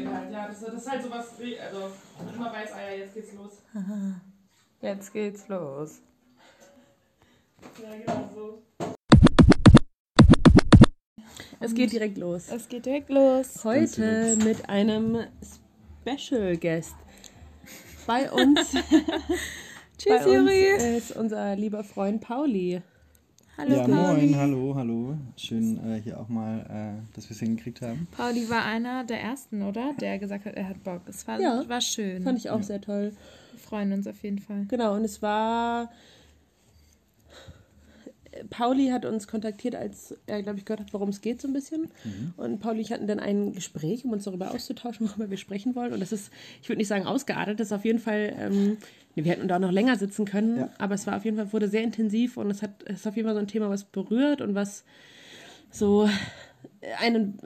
halt, ja. Das ist halt sowas, also man immer weiß, jetzt geht's los. Jetzt geht's los. Ja, genau so. Es geht direkt los. Es geht direkt los. Heute mit einem Special Guest. Bei uns, Tschüss, Juri. ist unser lieber Freund Pauli. Hallo, ja, Pauli. moin, hallo. Schön hier auch mal, dass wir es hingekriegt haben. Pauli war einer der ersten, oder? Der gesagt hat, er hat Bock. Es war, war schön. Fand ich auch sehr toll. Wir freuen uns auf jeden Fall. Genau, und es war... Pauli hat uns kontaktiert, als er, glaube ich, gehört hat, worum es geht so ein bisschen. Und Pauli und ich hatten dann ein Gespräch, um uns darüber auszutauschen, worüber wir sprechen wollen. Und das ist, ich würde nicht sagen ausgeartet, das ist auf jeden Fall, wir hätten da auch noch länger sitzen können, aber es war auf jeden Fall, wurde sehr intensiv und es ist auf jeden Fall so ein Thema, was berührt und was so einen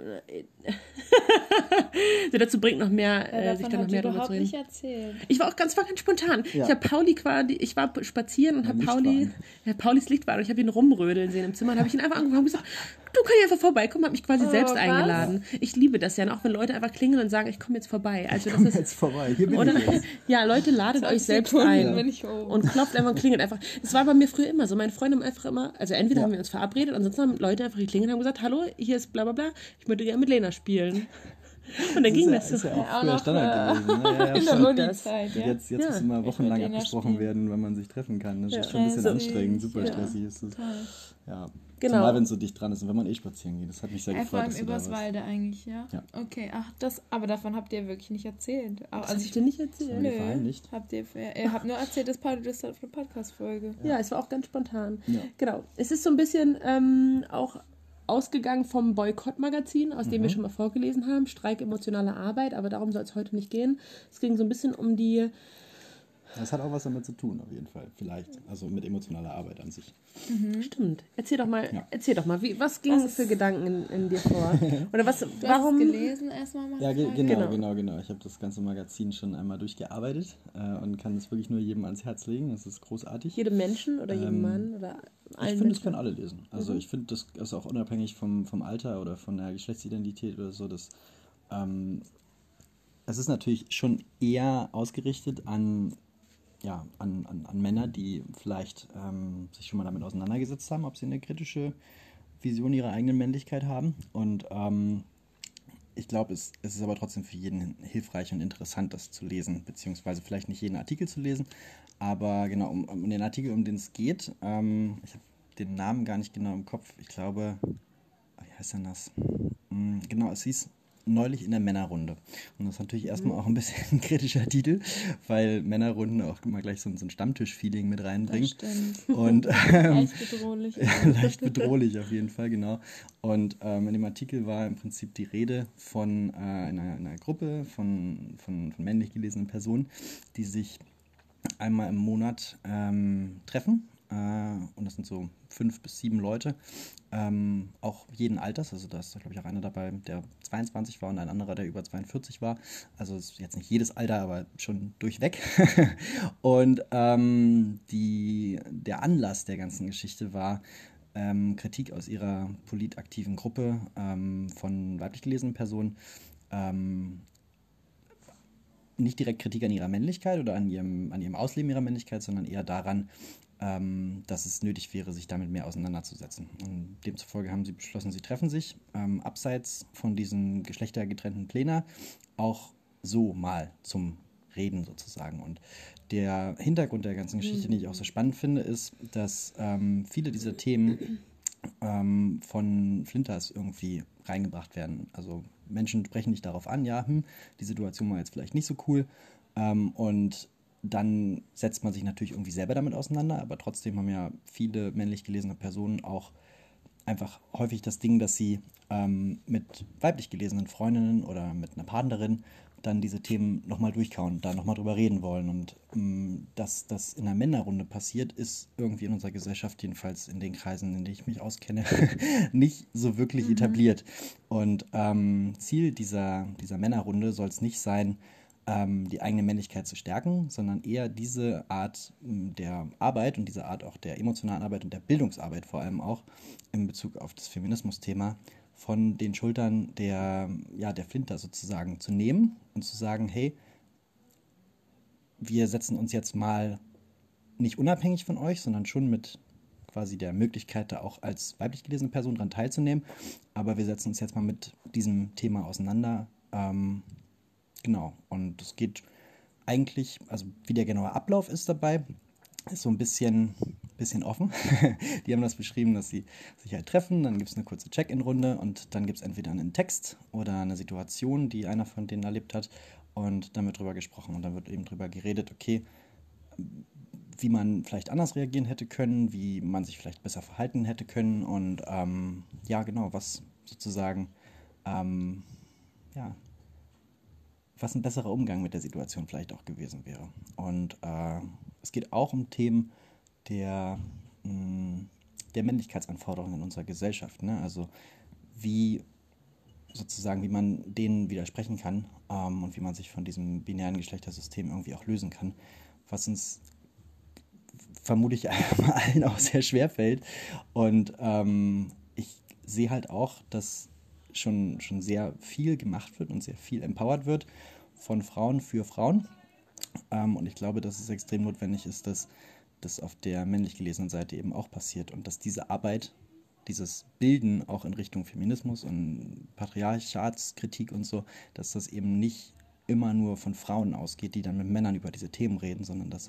so dazu bringt, noch mehr, sich dann noch mehr darüber zu reden. Nicht erzählt. Ich war auch ganz spontan. Ja. Ich war spazieren und habe Paulis Licht war und ich habe ihn rumrödeln sehen im Zimmer und habe ich ihn einfach angerufen und gesagt, du kannst einfach vorbeikommen, habe mich quasi selbst eingeladen. Ich liebe das ja, auch wenn Leute einfach klingeln und sagen, ich komme jetzt vorbei. Also das ist jetzt vorbei, hier bin ich jetzt. Ja, Leute, ladet euch selbst ein und klopft einfach und klingelt einfach. Das war bei mir früher immer so. Meine Freunde haben einfach immer, also entweder haben wir uns verabredet, ansonsten haben Leute einfach geklingelt und haben gesagt, hallo, hier ist bla bla bla, ich würde gerne mit Lena spielen. Und dann ging das so. Das ist ja auch früher Standard gewesen. Ne? In der Uni-Zeit, ja. Jetzt muss immer wochenlang abgesprochen werden, wenn man sich treffen kann. Das ist schon ein bisschen anstrengend, super stressig ist das. Ja. Genau. Zumal, wenn es so dicht dran ist und wenn man spazieren geht. Das hat mich sehr gefreut, vor allem dass du übers da warst. Walde eigentlich, ja? Okay, aber davon habt ihr wirklich nicht erzählt. Das habe ich dir nicht erzählt. Verheimlicht. Ihr habt nur erzählt, dass Pauli das hat auf eine Podcast-Folge. Ja, es war auch ganz spontan. Ja. Genau. Es ist so ein bisschen auch ausgegangen vom Boykott-Magazin, aus dem wir schon mal vorgelesen haben, Streik emotionale Arbeit, aber darum soll es heute nicht gehen. Es ging so ein bisschen um die... Das hat auch was damit zu tun, auf jeden Fall. Vielleicht. Also mit emotionaler Arbeit an sich. Stimmt. Erzähl doch mal, was ging für Gedanken in dir vor? Oder was, warum... Du hast gelesen erstmal mal? Ja, genau. Ich habe das ganze Magazin schon einmal durchgearbeitet und kann es wirklich nur jedem ans Herz legen. Das ist großartig. Jedem Menschen oder jedem Mann oder allen Ich finde, das können alle lesen. Also ich finde, das ist auch unabhängig vom Alter oder von der Geschlechtsidentität oder so. Es ist natürlich schon eher ausgerichtet an Männer, die vielleicht sich schon mal damit auseinandergesetzt haben, ob sie eine kritische Vision ihrer eigenen Männlichkeit haben. Und ich glaube, es ist aber trotzdem für jeden hilfreich und interessant, das zu lesen, beziehungsweise vielleicht nicht jeden Artikel zu lesen, aber genau, um den Artikel, um den es geht, ich habe den Namen gar nicht genau im Kopf, ich glaube, wie heißt denn das? Genau, es hieß neulich in der Männerrunde. Und das ist natürlich erstmal auch ein bisschen ein kritischer Titel, weil Männerrunden auch immer gleich so ein Stammtisch-Feeling mit reinbringen. Das stimmt. Und, leicht bedrohlich. leicht bedrohlich auf jeden Fall, genau. Und in dem Artikel war im Prinzip die Rede von einer Gruppe von männlich gelesenen Personen, die sich einmal im Monat treffen. Und das sind so 5 bis 7 Leute, auch jeden Alters, also da ist, glaube ich, auch einer dabei, der 22 war und ein anderer, der über 42 war, also ist jetzt nicht jedes Alter, aber schon durchweg. Und der Anlass der ganzen Geschichte war Kritik aus ihrer politaktiven Gruppe von weiblich gelesenen Personen, nicht direkt Kritik an ihrer Männlichkeit oder an ihrem Ausleben ihrer Männlichkeit, sondern eher daran, dass es nötig wäre, sich damit mehr auseinanderzusetzen. Und demzufolge haben sie beschlossen, sie treffen sich abseits von diesen geschlechtergetrennten Plänen auch so mal zum Reden sozusagen. Und der Hintergrund der ganzen Geschichte, den ich auch so spannend finde, ist, dass viele dieser Themen von Flinters irgendwie reingebracht werden. Also Menschen sprechen dich darauf an, die Situation war jetzt vielleicht nicht so cool und dann setzt man sich natürlich irgendwie selber damit auseinander, aber trotzdem haben ja viele männlich gelesene Personen auch einfach häufig das Ding, dass sie mit weiblich gelesenen Freundinnen oder mit einer Partnerin dann diese Themen nochmal durchkauen, da nochmal drüber reden wollen. Und dass das in einer Männerrunde passiert, ist irgendwie in unserer Gesellschaft, jedenfalls in den Kreisen, in denen ich mich auskenne, nicht so wirklich etabliert. Und Ziel dieser Männerrunde soll es nicht sein, die eigene Männlichkeit zu stärken, sondern eher diese Art der Arbeit und diese Art auch der emotionalen Arbeit und der Bildungsarbeit vor allem auch in Bezug auf das Feminismus-Thema von den Schultern der Flinter sozusagen zu nehmen und zu sagen, hey, wir setzen uns jetzt mal nicht unabhängig von euch, sondern schon mit quasi der Möglichkeit, da auch als weiblich gelesene Person dran teilzunehmen. Aber wir setzen uns jetzt mal mit diesem Thema auseinander. Genau. Und es geht eigentlich, also wie der genaue Ablauf ist dabei, ist so ein bisschen offen. Die haben das beschrieben, dass sie sich halt treffen, dann gibt es eine kurze Check-in-Runde und dann gibt es entweder einen Text oder eine Situation, die einer von denen erlebt hat und dann wird drüber gesprochen und dann wird eben drüber geredet, okay, wie man vielleicht anders reagieren hätte können, wie man sich vielleicht besser verhalten hätte können und genau, was sozusagen was ein besserer Umgang mit der Situation vielleicht auch gewesen wäre. Und es geht auch um Themen der Männlichkeitsanforderungen in unserer Gesellschaft. Ne? Also wie man denen widersprechen kann und wie man sich von diesem binären Geschlechtersystem irgendwie auch lösen kann, was uns vermutlich allen auch sehr schwer fällt. Und ich sehe halt auch, dass schon sehr viel gemacht wird und sehr viel empowert wird von Frauen für Frauen. Und ich glaube, dass es extrem notwendig ist, dass das auf der männlich gelesenen Seite eben auch passiert und dass diese Arbeit, dieses Bilden auch in Richtung Feminismus und Patriarchatskritik und so, dass das eben nicht immer nur von Frauen ausgeht, die dann mit Männern über diese Themen reden, sondern dass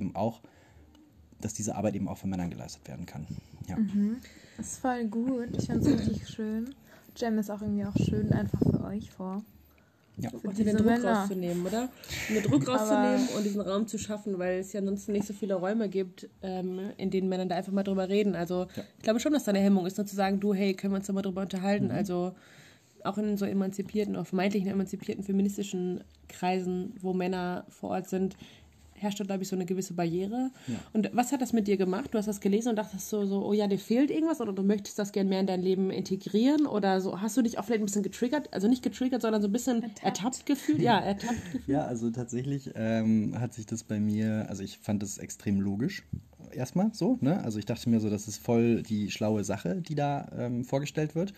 diese Arbeit eben auch von Männern geleistet werden kann. Ja. Das ist voll gut. Ich finde es richtig schön. Jam ist auch irgendwie auch schön einfach für euch vor. Ja. Und den Druck rauszunehmen, oder? Den Druck rauszunehmen und diesen Raum zu schaffen, weil es ja ansonsten nicht so viele Räume gibt, in denen Männer da einfach mal drüber reden. Also ich glaube schon, dass da eine Hemmung ist, nur zu sagen, du, hey, können wir uns da mal drüber unterhalten? Also auch in so emanzipierten, oder vermeintlichen emanzipierten feministischen Kreisen, wo Männer vor Ort sind, herrscht da, glaube ich, so eine gewisse Barriere. Ja. Und was hat das mit dir gemacht? Du hast das gelesen und dachtest so, oh ja, dir fehlt irgendwas oder du möchtest das gerne mehr in dein Leben integrieren oder so. Hast du dich auch vielleicht ein bisschen getriggert, also nicht getriggert, sondern so ein bisschen ertappt gefühlt? Ja, ertappt gefühlt. Ja, also tatsächlich hat sich das bei mir, also ich fand das extrem logisch. Erstmal so, ne? Also ich dachte mir so, das ist voll die schlaue Sache, die da vorgestellt wird.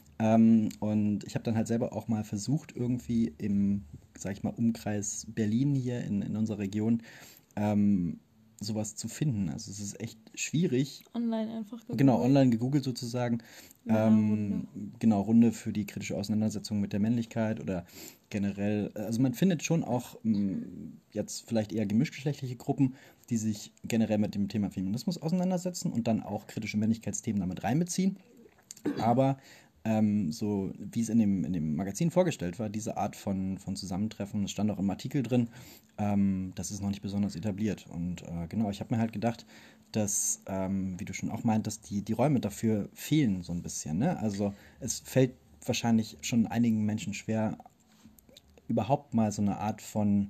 Und ich habe dann halt selber auch mal versucht, irgendwie im, sag ich mal, Umkreis Berlin hier in unserer Region sowas zu finden. Also es ist echt schwierig. Online einfach gegoogelt. Genau, online gegoogelt sozusagen. Genau, Runde für die kritische Auseinandersetzung mit der Männlichkeit oder generell. Also man findet schon auch jetzt vielleicht eher gemischtgeschlechtliche Gruppen, die sich generell mit dem Thema Feminismus auseinandersetzen und dann auch kritische Männlichkeitsthemen damit reinbeziehen. Aber so wie es in dem Magazin vorgestellt war, diese Art von Zusammentreffen, das stand auch im Artikel drin, das ist noch nicht besonders etabliert. Und genau, ich habe mir halt gedacht, dass, wie du schon auch meintest, die Räume dafür fehlen so ein bisschen. Ne? Also es fällt wahrscheinlich schon einigen Menschen schwer, überhaupt mal so eine Art von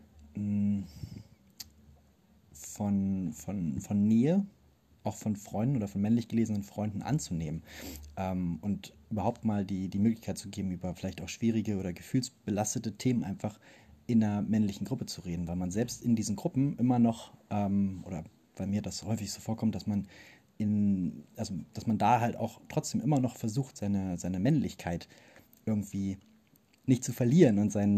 Nähe, auch von Freunden oder von männlich gelesenen Freunden anzunehmen und überhaupt mal die Möglichkeit zu geben, über vielleicht auch schwierige oder gefühlsbelastete Themen einfach in einer männlichen Gruppe zu reden, weil man selbst in diesen Gruppen immer noch, oder bei mir das häufig so vorkommt, dass man dass man da halt auch trotzdem immer noch versucht, seine Männlichkeit irgendwie nicht zu verlieren und seine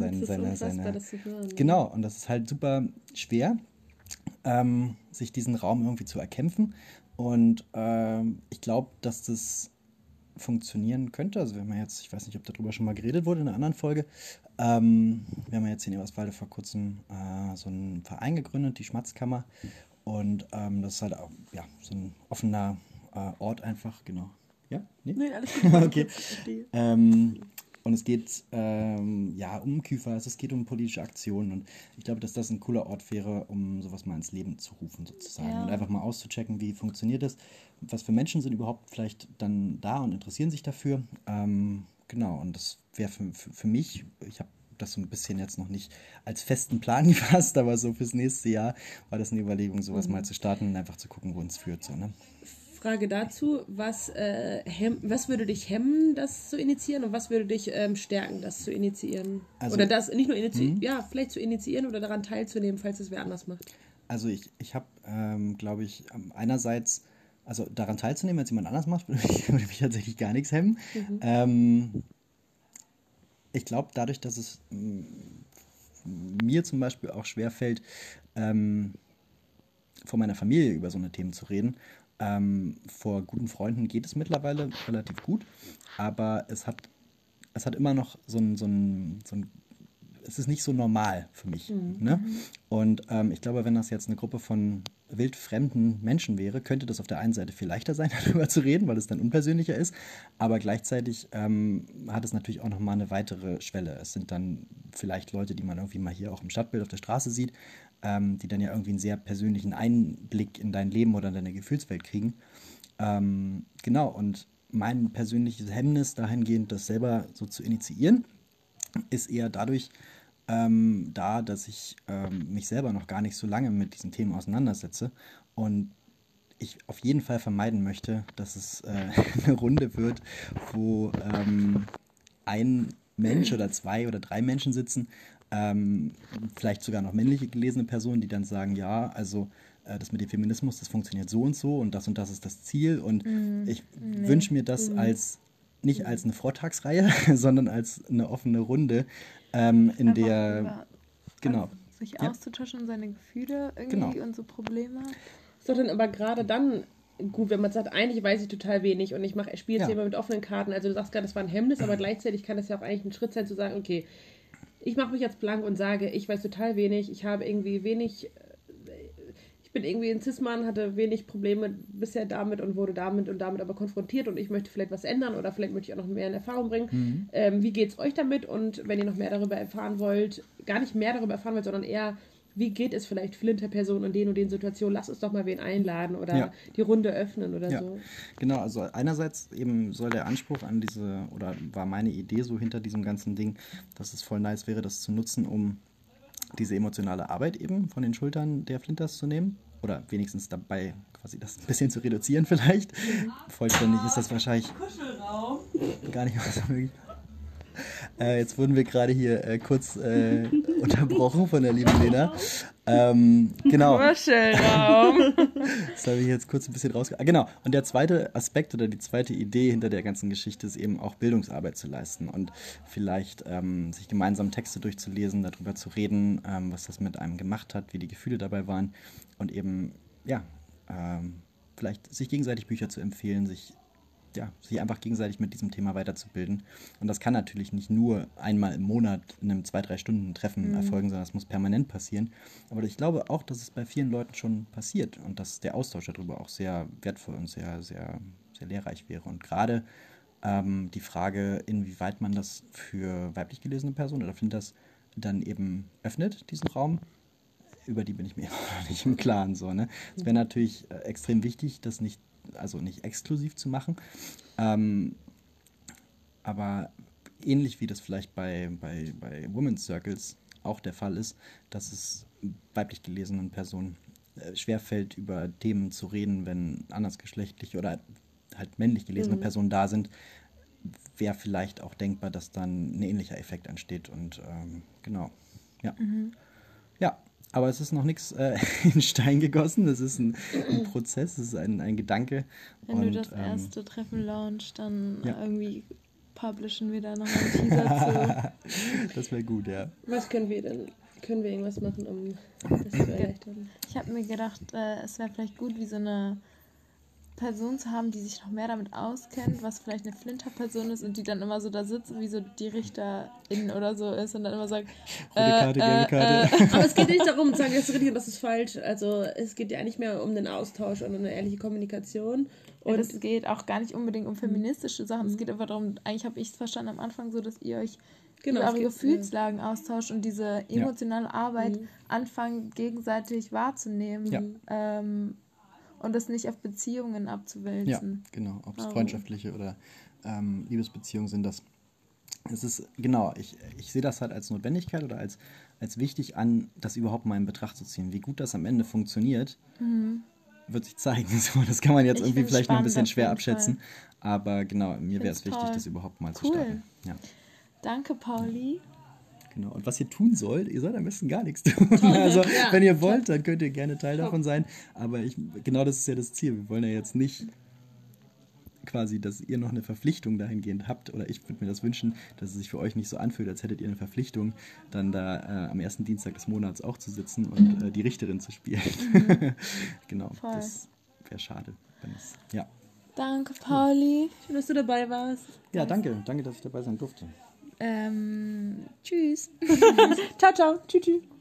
genau, und das ist halt super schwer, sich diesen Raum irgendwie zu erkämpfen. Und ich glaube, dass das funktionieren könnte. Also wenn man jetzt, ich weiß nicht, ob darüber schon mal geredet wurde in einer anderen Folge, wir haben ja jetzt in Eberswalde vor kurzem so einen Verein gegründet, die Schmatzkammer. Und das ist halt auch so ein offener Ort einfach, genau. Ja? Nee? Nein, alles gut. Okay. Und es geht um Küfer, es geht um politische Aktionen und ich glaube, dass das ein cooler Ort wäre, um sowas mal ins Leben zu rufen sozusagen und einfach mal auszuchecken, wie funktioniert das, was für Menschen sind überhaupt vielleicht dann da und interessieren sich dafür. Genau, und das wäre für mich, ich habe das so ein bisschen jetzt noch nicht als festen Plan gefasst, aber so fürs nächste Jahr war das eine Überlegung, sowas mal zu starten und einfach zu gucken, wo uns führt. So, ne? Frage dazu, was würde dich hemmen, das zu initiieren und was würde dich stärken, das zu initiieren? Also, oder das nicht nur initiieren, vielleicht zu initiieren oder daran teilzunehmen, falls es wer anders macht. Also ich habe, glaube ich, einerseits also daran teilzunehmen, wenn es jemand anders macht, würde mich tatsächlich gar nichts hemmen. Ich glaube, dadurch, dass es mir zum Beispiel auch schwerfällt, vor meiner Familie über so eine Themen zu reden, vor guten Freunden geht es mittlerweile relativ gut, aber es hat immer noch es ist nicht so normal für mich. Ne? Und ich glaube, wenn das jetzt eine Gruppe von wildfremden Menschen wäre, könnte das auf der einen Seite viel leichter sein, darüber zu reden, weil es dann unpersönlicher ist, aber gleichzeitig hat es natürlich auch nochmal eine weitere Schwelle. Es sind dann vielleicht Leute, die man irgendwie mal hier auch im Stadtbild auf der Straße sieht, die dann ja irgendwie einen sehr persönlichen Einblick in dein Leben oder in deine Gefühlswelt kriegen. Genau, und mein persönliches Hemmnis dahingehend, das selber so zu initiieren, ist eher dadurch dass ich mich selber noch gar nicht so lange mit diesen Themen auseinandersetze und ich auf jeden Fall vermeiden möchte, dass es eine Runde wird, wo ein Mensch oder 2 oder 3 Menschen sitzen, vielleicht sogar noch männliche gelesene Personen, die dann sagen, ja, also das mit dem Feminismus, das funktioniert so und das ist das Ziel und ich wünsche mir das nicht als eine Vortragsreihe, sondern als eine offene Runde, in der sich auszutauschen und seine Gefühle irgendwie und so Probleme. Ist doch dann aber gerade dann gut, wenn man sagt, eigentlich weiß ich total wenig und ich spiele jetzt immer mit offenen Karten. Also du sagst gerade, das war ein Hemmnis, aber gleichzeitig kann das ja auch eigentlich ein Schritt sein, zu sagen, okay, ich mache mich jetzt blank und sage, ich weiß total wenig, ich habe irgendwie wenig, ich bin irgendwie ein Cis-Mann, hatte wenig Probleme bisher damit und wurde damit und damit aber konfrontiert und ich möchte vielleicht was ändern oder vielleicht möchte ich auch noch mehr in Erfahrung bringen. Wie geht's euch damit? Und wenn ihr noch mehr darüber erfahren wollt, gar nicht mehr darüber erfahren wollt, sondern eher, wie geht es vielleicht Flinter-Personen in den und den Situationen? Lass uns doch mal wen einladen oder die Runde öffnen oder so. Genau, also einerseits eben soll der Anspruch an oder war meine Idee so hinter diesem ganzen Ding, dass es voll nice wäre, das zu nutzen, um diese emotionale Arbeit eben von den Schultern der Flinters zu nehmen oder wenigstens dabei quasi das ein bisschen zu reduzieren vielleicht. Vollständig ist das wahrscheinlich gar nicht mehr so möglich. Jetzt wurden wir gerade hier kurz unterbrochen von der lieben Lena. Genau. Kuschelraum. Das habe ich jetzt kurz ein bisschen genau. Und der zweite Aspekt oder die zweite Idee hinter der ganzen Geschichte ist eben auch Bildungsarbeit zu leisten und vielleicht sich gemeinsam Texte durchzulesen, darüber zu reden, was das mit einem gemacht hat, wie die Gefühle dabei waren und eben, vielleicht sich gegenseitig Bücher zu empfehlen, sich einfach gegenseitig mit diesem Thema weiterzubilden. Und das kann natürlich nicht nur einmal im Monat in einem 2-3 Stunden Treffen erfolgen, sondern das muss permanent passieren. Aber ich glaube auch, dass es bei vielen Leuten schon passiert und dass der Austausch darüber auch sehr wertvoll und sehr, sehr, sehr lehrreich wäre. Und gerade die Frage, inwieweit man das für weiblich gelesene Personen oder Flinters dann eben öffnet, diesen Raum, über die bin ich mir noch nicht im Klaren. So, ne? Es wäre natürlich extrem wichtig, das nicht exklusiv zu machen, aber ähnlich wie das vielleicht bei Women's Circles auch der Fall ist, dass es weiblich gelesenen Personen schwerfällt, über Themen zu reden, wenn andersgeschlechtliche oder halt männlich gelesene Personen da sind, wäre vielleicht auch denkbar, dass dann ein ähnlicher Effekt entsteht und genau, ja. Ja. Aber es ist noch nichts in Stein gegossen, das ist ein Prozess, das ist ein Gedanke. Wenn du das erste Treffen launchst, dann irgendwie publishen wir da noch einen Teaser zu. Das wäre gut, ja. Was können wir denn? Können wir irgendwas machen, um das zu erleichtern? Ich habe mir gedacht, es wäre vielleicht gut, wie so eine Person zu haben, die sich noch mehr damit auskennt, was vielleicht eine Flinter-Person ist und die dann immer so da sitzt, wie so die Richterin oder so ist und dann immer sagt, rote Karte, gelbe Karte. Aber es geht nicht darum, zu sagen, das ist richtig und das ist falsch. Also es geht ja nicht mehr um den Austausch und eine ehrliche Kommunikation. Und es geht auch gar nicht unbedingt um feministische Sachen. Es geht einfach darum, eigentlich habe ich es verstanden am Anfang so, dass ihr euch über eure Gefühlslagen austauscht und diese emotionale Arbeit anfangen, gegenseitig wahrzunehmen. Und das nicht auf Beziehungen abzuwälzen. Ja, genau. Ob es freundschaftliche oder Liebesbeziehungen sind, es ist, genau, ich sehe das halt als Notwendigkeit oder als wichtig an, das überhaupt mal in Betracht zu ziehen. Wie gut das am Ende funktioniert, wird sich zeigen. So, das kann man jetzt irgendwie vielleicht noch ein bisschen schwer abschätzen. Aber genau, mir wäre es wichtig, das überhaupt mal zu starten. Ja. Danke, Pauli. Genau. Und was ihr tun sollt, ihr sollt am besten gar nichts tun. Also wenn ihr wollt, dann könnt ihr gerne Teil davon sein. Aber genau das ist ja das Ziel. Wir wollen ja jetzt nicht quasi, dass ihr noch eine Verpflichtung dahingehend habt, oder ich würde mir das wünschen, dass es sich für euch nicht so anfühlt, als hättet ihr eine Verpflichtung, dann da am ersten Dienstag des Monats auch zu sitzen und die Richterin zu spielen. Genau, voll. Das wäre schade. Ja. Danke, Pauli. Schön, dass du dabei warst. Ja, danke. Danke, dass ich dabei sein durfte. Tschüss. Ciao, ciao. Tschüss, tschüss.